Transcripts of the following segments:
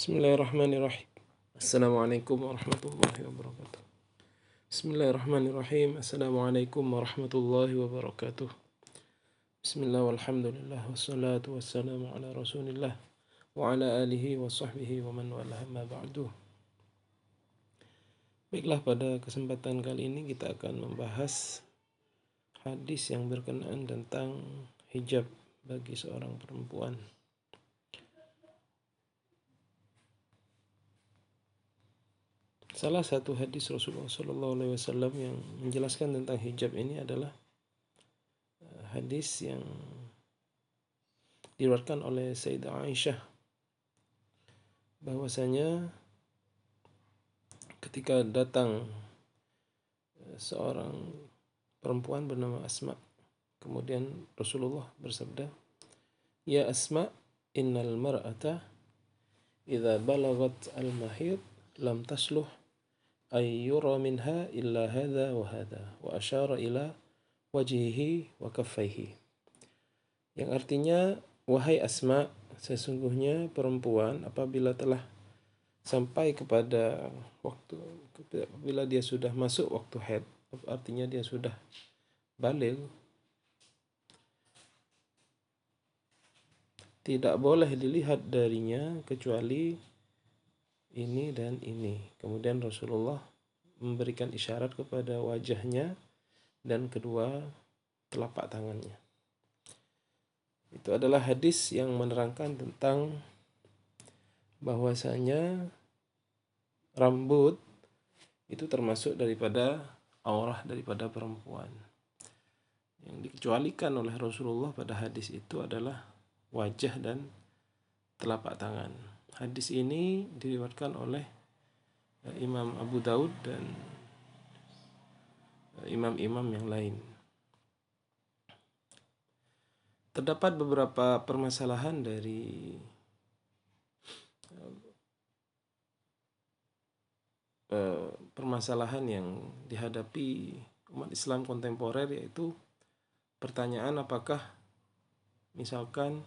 Bismillahirrahmanirrahim. Assalamualaikum warahmatullahi wabarakatuh. Bismillahirrahmanirrahim. Assalamualaikum warahmatullahi wabarakatuh. Bismillah walhamdulillah wassalatu wassalamu ala rasulillah wa ala alihi wa sahbihi wa man walah ma ba'du. Baiklah, pada kesempatan kali ini kita akan membahas hadis yang berkenaan tentang hijab bagi seorang perempuan. Salah satu hadis Rasulullah SAW yang menjelaskan tentang hijab ini adalah hadis yang diriwayatkan oleh Sayyidah Aisyah, bahwasanya ketika datang seorang perempuan bernama Asma, kemudian Rasulullah bersabda, "Ya Asma, innal mar'ata idza balagat al-mahid lam tasluh ay yura minha illa hadha wa hadha," wa asyara ila wajhihi wa kaffaihi. Yang artinya, wahai Asma, sesungguhnya perempuan apabila telah sampai kepada waktu, apabila dia sudah masuk waktu haid, artinya dia sudah baligh, tidak boleh dilihat darinya kecuali ini dan ini. Kemudian Rasulullah memberikan isyarat kepada wajahnya dan kedua telapak tangannya. Itu adalah hadis yang menerangkan tentang bahwasanya rambut itu termasuk daripada aurah daripada perempuan. Yang dikecualikan oleh Rasulullah pada hadis itu adalah wajah dan telapak tangan. Hadis ini diriwayatkan oleh Imam Abu Daud dan imam-imam yang lain. Terdapat beberapa permasalahan dari permasalahan yang dihadapi umat Islam kontemporer, yaitu pertanyaan apakah misalkan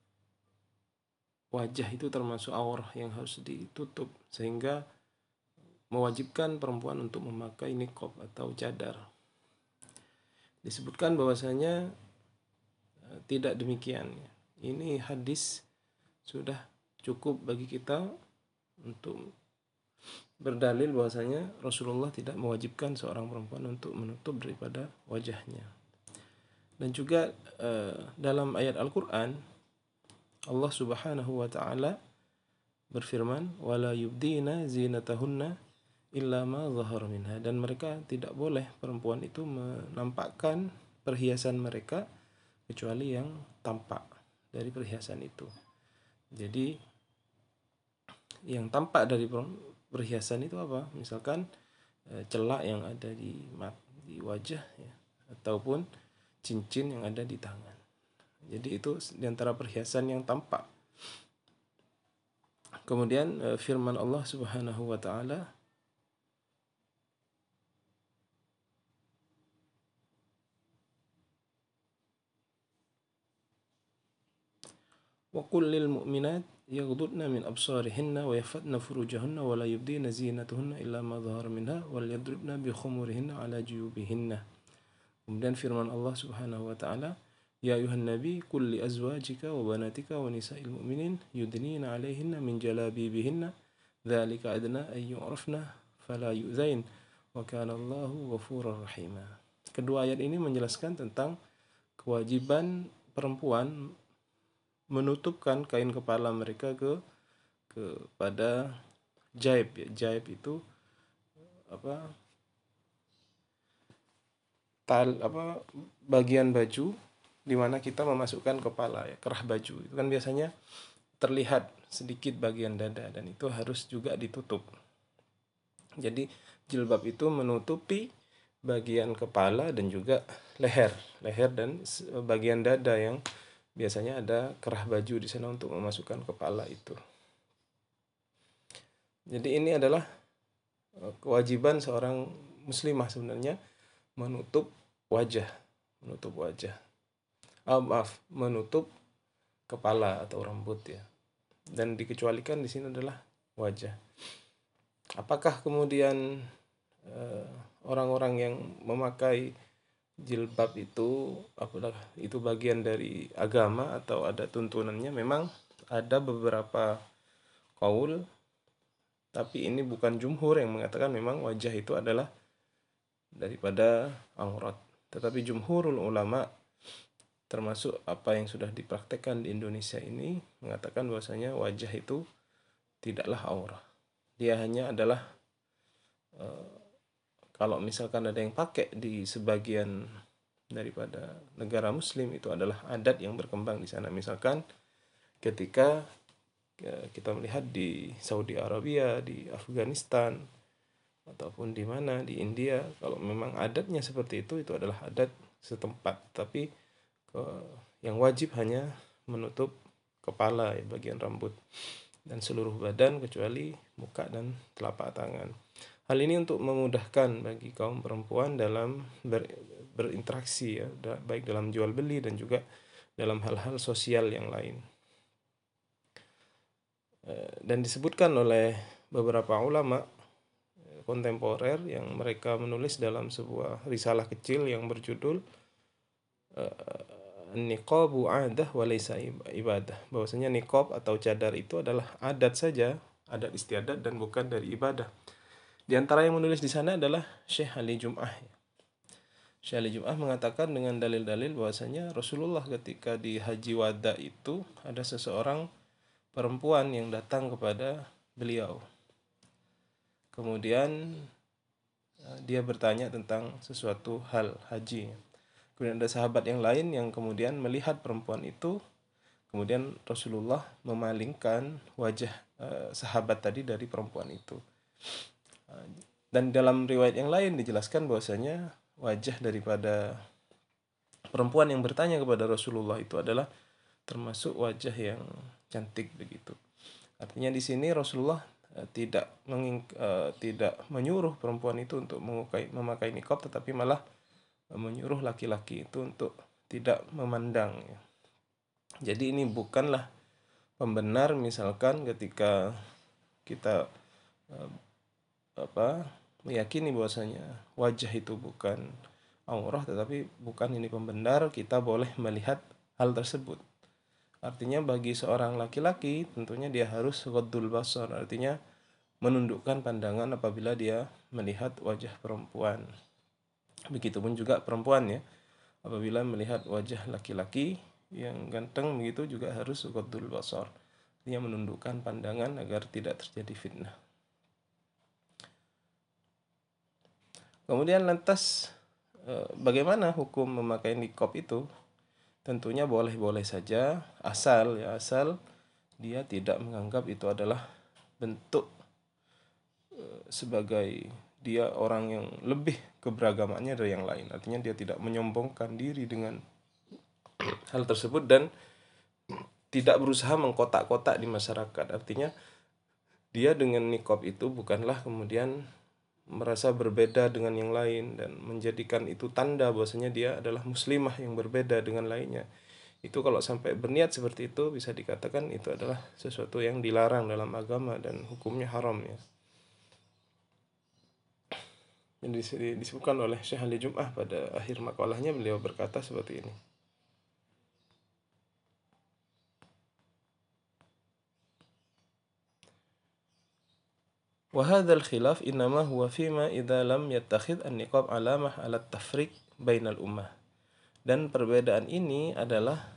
wajah itu termasuk aurah yang harus ditutup sehingga mewajibkan perempuan untuk memakai niqab atau cadar. Disebutkan bahwasanya tidak demikian. Ini hadis sudah cukup bagi kita untuk berdalil bahwasanya Rasulullah tidak mewajibkan seorang perempuan untuk menutup daripada wajahnya. Dan juga dalam ayat Al-Quran Allah Subhanahu wa ta'ala berfirman, "Wala yubdina zinatahunna illa ma zahara minha," dan mereka tidak boleh, perempuan itu, menampakkan perhiasan mereka kecuali yang tampak dari perhiasan itu. Jadi yang tampak dari perhiasan itu apa? Misalkan celak yang ada di wajah, ya, ataupun cincin yang ada di tangan. Jadi itu diantara perhiasan yang tampak. Kemudian firman Allah Subhanahu wa ta'ala, "Wa qul lil mu'minat yaghdudna min absarihinna wa yahfadna furujahunna wa la yubdina zinatuhunna illa ma dhahara minha wal yadribna bi khumurihinna ala juyubihinna." Kemudian firman Allah Subhanahu wa ta'ala, "Ya ayuhan nabi qul li azwajika wa banatika wa nisa'il mu'minin yudnina 'alaihinna min jalabibihinna dzalika adna ay yu'rafna fala yu'zain wa kana Allahu ghafurur rahima." Kedua ayat ini menjelaskan tentang kewajiban perempuan menutupkan kain kepala mereka kepada jaib, ya. Jaib itu bagian baju di mana kita memasukkan kepala, ya, kerah baju. Itu kan biasanya terlihat sedikit bagian dada dan itu harus juga ditutup. Jadi jilbab itu menutupi bagian kepala dan juga leher dan bagian dada yang biasanya ada kerah baju di sana untuk memasukkan kepala itu. Jadi ini adalah kewajiban seorang muslimah sebenarnya menutup wajah. Menutup kepala atau rambut, ya. Dan dikecualikan di sini adalah wajah. Apakah kemudian orang-orang yang memakai jilbab itu apakah itu bagian dari agama atau ada tuntunannya? Memang ada beberapa qaul, tapi ini bukan jumhur yang mengatakan memang wajah itu adalah daripada aurat. Tetapi jumhurul ulama, termasuk apa yang sudah dipraktekkan di Indonesia ini, mengatakan bahwasanya wajah itu tidaklah aurat. Dia hanya adalah kalau misalkan ada yang pakai di sebagian daripada negara muslim, itu adalah adat yang berkembang di sana. Misalkan ketika kita melihat di Saudi Arabia, di Afghanistan, ataupun di mana di India, kalau memang adatnya seperti itu adalah adat setempat. Tapi yang wajib hanya menutup kepala, ya, bagian rambut dan seluruh badan kecuali muka dan telapak tangan. Hal ini untuk memudahkan bagi kaum perempuan dalam berinteraksi, ya, baik dalam jual beli dan juga dalam hal-hal sosial yang lain. Dan disebutkan oleh beberapa ulama kontemporer yang mereka menulis dalam sebuah risalah kecil yang berjudul Niqabu adah walaysa ibadah, bahwasanya niqab atau cadar itu adalah adat saja, adat istiadat dan bukan dari ibadah. Di antara yang menulis di sana adalah Syekh Ali Jum'ah. Syekh Ali Jum'ah mengatakan dengan dalil-dalil bahwasanya Rasulullah ketika di Haji Wada itu ada seseorang perempuan yang datang kepada beliau. Kemudian dia bertanya tentang sesuatu hal haji. Kemudian ada sahabat yang lain yang kemudian melihat perempuan itu. Kemudian Rasulullah memalingkan wajah sahabat tadi dari perempuan itu. Dan dalam riwayat yang lain dijelaskan bahwasanya wajah daripada perempuan yang bertanya kepada Rasulullah itu adalah termasuk wajah yang cantik begitu. Artinya di sini Rasulullah tidak menyuruh perempuan itu untuk memakai niqab, tetapi malah menyuruh laki-laki itu untuk tidak memandang. Jadi ini bukanlah pembenar misalkan ketika kita meyakini bahwasanya wajah itu bukan aurat, tetapi bukan ini pembenar, kita boleh melihat hal tersebut. Artinya bagi seorang laki-laki tentunya dia harus ghaddul basar, artinya menundukkan pandangan apabila dia melihat wajah perempuan. Begitupun juga perempuan, ya, apabila melihat wajah laki-laki yang ganteng begitu juga harus ghaddul basar, artinya menundukkan pandangan agar tidak terjadi fitnah. Kemudian lantas bagaimana hukum memakai niqab itu? Tentunya boleh-boleh saja asal dia tidak menganggap itu adalah bentuk sebagai dia orang yang lebih keberagamannya dari yang lain. Artinya dia tidak menyombongkan diri dengan hal tersebut dan tidak berusaha mengkotak-kotak di masyarakat. Artinya dia dengan niqab itu bukanlah kemudian merasa berbeda dengan yang lain dan menjadikan itu tanda bahwasanya dia adalah muslimah yang berbeda dengan lainnya. Itu kalau sampai berniat seperti itu bisa dikatakan itu adalah sesuatu yang dilarang dalam agama dan hukumnya haram, ya. Yang disebutkan oleh Syekh Ali Jum'ah pada akhir makalahnya, beliau berkata seperti ini. وهذا الخلاف إنما هو فيما إذا لم يتخذ النقاب علامة على التفريق بين الأمة. Dan perbedaan ini adalah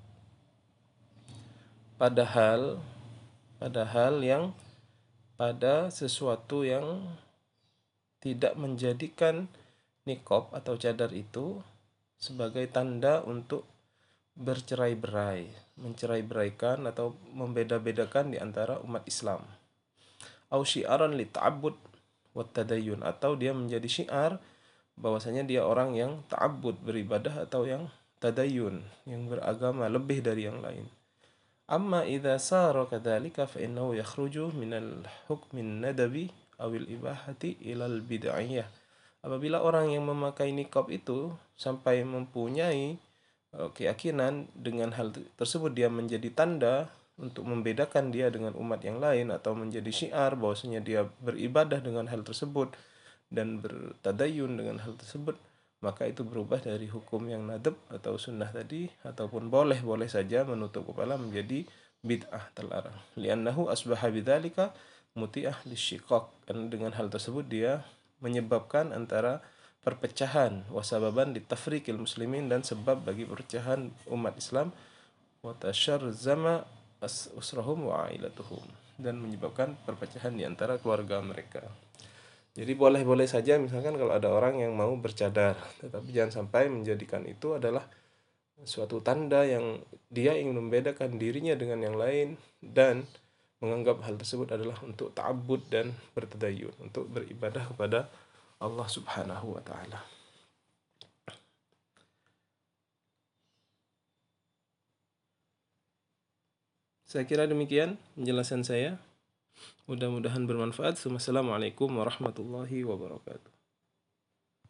padahal yang pada sesuatu yang tidak menjadikan niqab atau cadar itu sebagai tanda untuk bercerai-berai, mencerai-beraikan atau membeda-bedakan di antara umat Islam. Au syi'aran li ta'abbud wa tadayyun, atau dia menjadi syiar bahwasanya dia orang yang ta'abbud, beribadah, atau yang tadayyun, yang beragama lebih dari yang lain. Amma idza sara kadzalika fa innahu yakhruju minal hukmin nadabi awil ibahati ilal bid'iyah. Apabila orang yang memakai niqab itu sampai mempunyai keyakinan dengan hal tersebut dia menjadi tanda untuk membedakan dia dengan umat yang lain atau menjadi syiar bahwasanya dia beribadah dengan hal tersebut dan bertadayun dengan hal tersebut, maka itu berubah dari hukum yang nadab atau sunnah tadi, ataupun boleh saja menutup kepala menjadi bid'ah terlarang. Li'annahu asbaha bidzalika muti'ah lisyiqaq. Karena dengan hal tersebut dia menyebabkan antara perpecahan, wasababan ditafriqil muslimin, dan sebab bagi perpecahan umat Islam, wa tasharzama usrahum wa ailatuhum, dan menyebabkan perpecahan di antara keluarga mereka. Jadi boleh-boleh saja misalkan kalau ada orang yang mau bercadar, tetapi jangan sampai menjadikan itu adalah suatu tanda yang dia ingin membedakan dirinya dengan yang lain dan menganggap hal tersebut adalah untuk ta'abbud dan bertadayun, untuk beribadah kepada Allah Subhanahu wa taala. Saya kira demikian penjelasan saya. Mudah-mudahan bermanfaat. Wassalamualaikum warahmatullahi wabarakatuh.